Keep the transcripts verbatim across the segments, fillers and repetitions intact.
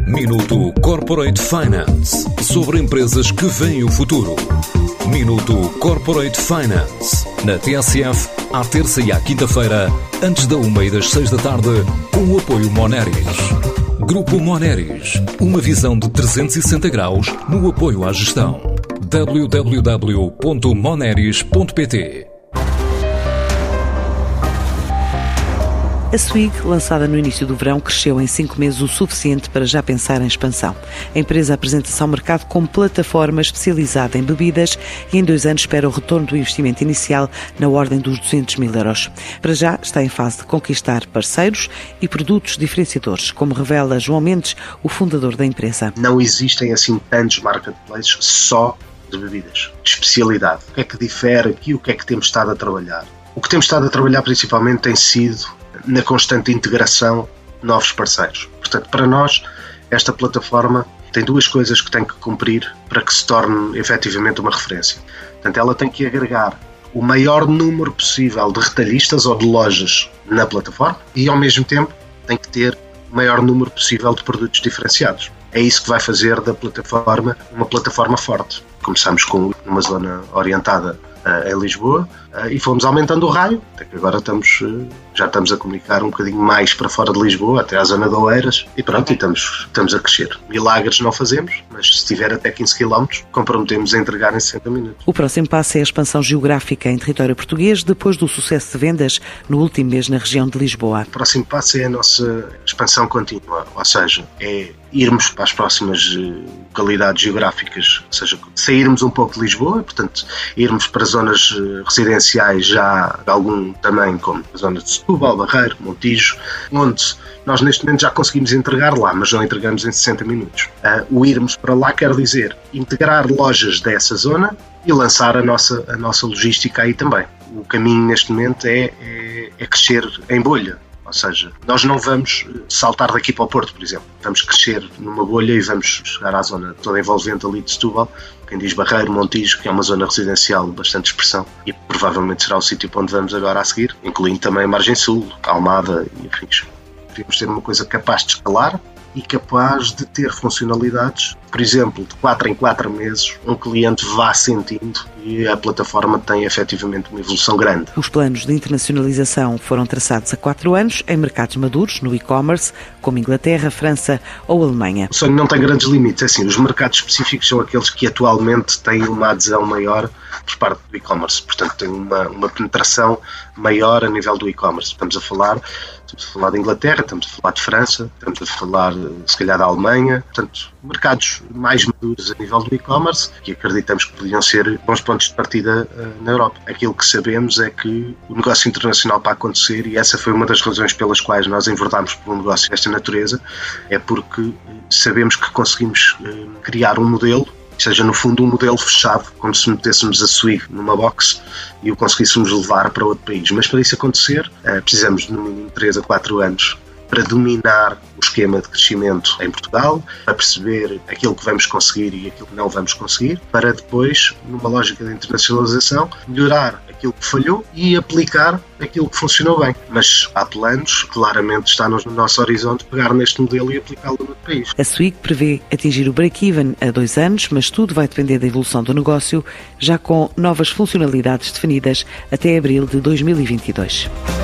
Minuto Corporate Finance, sobre empresas que veem o futuro. Minuto Corporate Finance, na T S F, à terça e à quinta-feira, antes da uma e das seis da tarde, com o apoio Moneris. Grupo Moneris, uma visão de trezentos e sessenta graus no apoio à gestão. w w w ponto moneris ponto p t. A Swig, lançada no início do verão, cresceu em cinco meses o suficiente para já pensar em expansão. A empresa apresenta-se ao mercado como plataforma especializada em bebidas e em dois anos espera o retorno do investimento inicial na ordem dos duzentos mil euros. Para já está em fase de conquistar parceiros e produtos diferenciadores, como revela João Mendes, o fundador da empresa. Não existem assim tantos marketplaces só de bebidas, de especialidade. O que é que difere aqui? O que é que temos estado a trabalhar? O que temos estado a trabalhar principalmente tem sido na constante integração de novos parceiros. Portanto, para nós, esta plataforma tem duas coisas que tem que cumprir para que se torne efetivamente uma referência. Portanto, ela tem que agregar o maior número possível de retalhistas ou de lojas na plataforma e, ao mesmo tempo, tem que ter o maior número possível de produtos diferenciados. É isso que vai fazer da plataforma uma plataforma forte. Começamos com uma zona orientada uh, em Lisboa uh, e fomos aumentando o raio, até que agora estamos, uh, já estamos a comunicar um bocadinho mais para fora de Lisboa, até à zona de Oeiras, e pronto, e estamos, estamos a crescer. Milagres não fazemos, mas se tiver até quinze quilómetros, comprometemos a entregar em sessenta minutos. O próximo passo é a expansão geográfica em território português, depois do sucesso de vendas no último mês na região de Lisboa. O próximo passo é a nossa expansão contínua, ou seja, é irmos para as próximas localidades geográficas, ou seja, sairmos um pouco de Lisboa, portanto, irmos para zonas residenciais já de algum tamanho, como a zona de Setúbal, Barreiro, Montijo, onde nós neste momento já conseguimos entregar lá, mas não entregamos em sessenta minutos. Uh, o irmos para lá quer dizer integrar lojas dessa zona e lançar a nossa, a nossa logística aí também. O caminho neste momento é, é, é crescer em bolha. Ou seja, nós não vamos saltar daqui para o Porto, por exemplo. Vamos crescer numa bolha e vamos chegar à zona toda envolvente ali de Setúbal, quem diz Barreiro, Montijo, que é uma zona residencial de bastante expressão e provavelmente será o sítio para onde vamos agora a seguir, incluindo também a Margem Sul, Almada e afins. Queremos ter uma coisa capaz de escalar e capaz de ter funcionalidades, por exemplo, de quatro em quatro meses, um cliente vá sentindo e a plataforma tem efetivamente uma evolução grande. Os planos de internacionalização foram traçados há quatro anos em mercados maduros, no e-commerce, como Inglaterra, França ou Alemanha. O sonho não tem grandes limites, é assim, os mercados específicos são aqueles que atualmente têm uma adesão maior por parte do e-commerce, portanto tem uma, uma penetração maior a nível do e-commerce. Estamos a falar, estamos a falar de Inglaterra, estamos a falar de França, estamos a falar se calhar da Alemanha, portanto mercados mais maduros a nível do e-commerce, que acreditamos que podiam ser bons pontos de partida uh, na Europa. Aquilo que sabemos é que o negócio internacional para acontecer, e essa foi uma das razões pelas quais nós enverdámos por um negócio desta natureza, é porque uh, sabemos que conseguimos uh, criar um modelo, que seja no fundo um modelo fechado, como se metêssemos a Swig numa box e o conseguíssemos levar para outro país. Mas para isso acontecer, uh, precisamos de no mínimo três a quatro anos para dominar o esquema de crescimento em Portugal, para perceber aquilo que vamos conseguir e aquilo que não vamos conseguir, para depois, numa lógica de internacionalização, melhorar aquilo que falhou e aplicar aquilo que funcionou bem. Mas há planos, claramente está no nosso horizonte, pegar neste modelo e aplicá-lo no outro país. A Swig prevê atingir o break-even a dois anos, mas tudo vai depender da evolução do negócio, já com novas funcionalidades definidas até abril de dois mil e vinte e dois.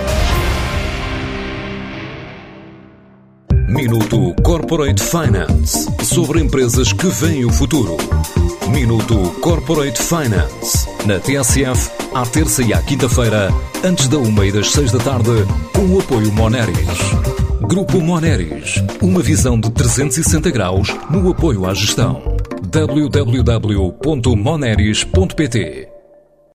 Minuto Corporate Finance, sobre empresas que veem o futuro. Minuto Corporate Finance, na T S F, à terça e à quinta-feira, antes da uma e das seis da tarde, com o apoio Moneris. Grupo Moneris, uma visão de trezentos e sessenta graus no apoio à gestão. w w w ponto moneris ponto p t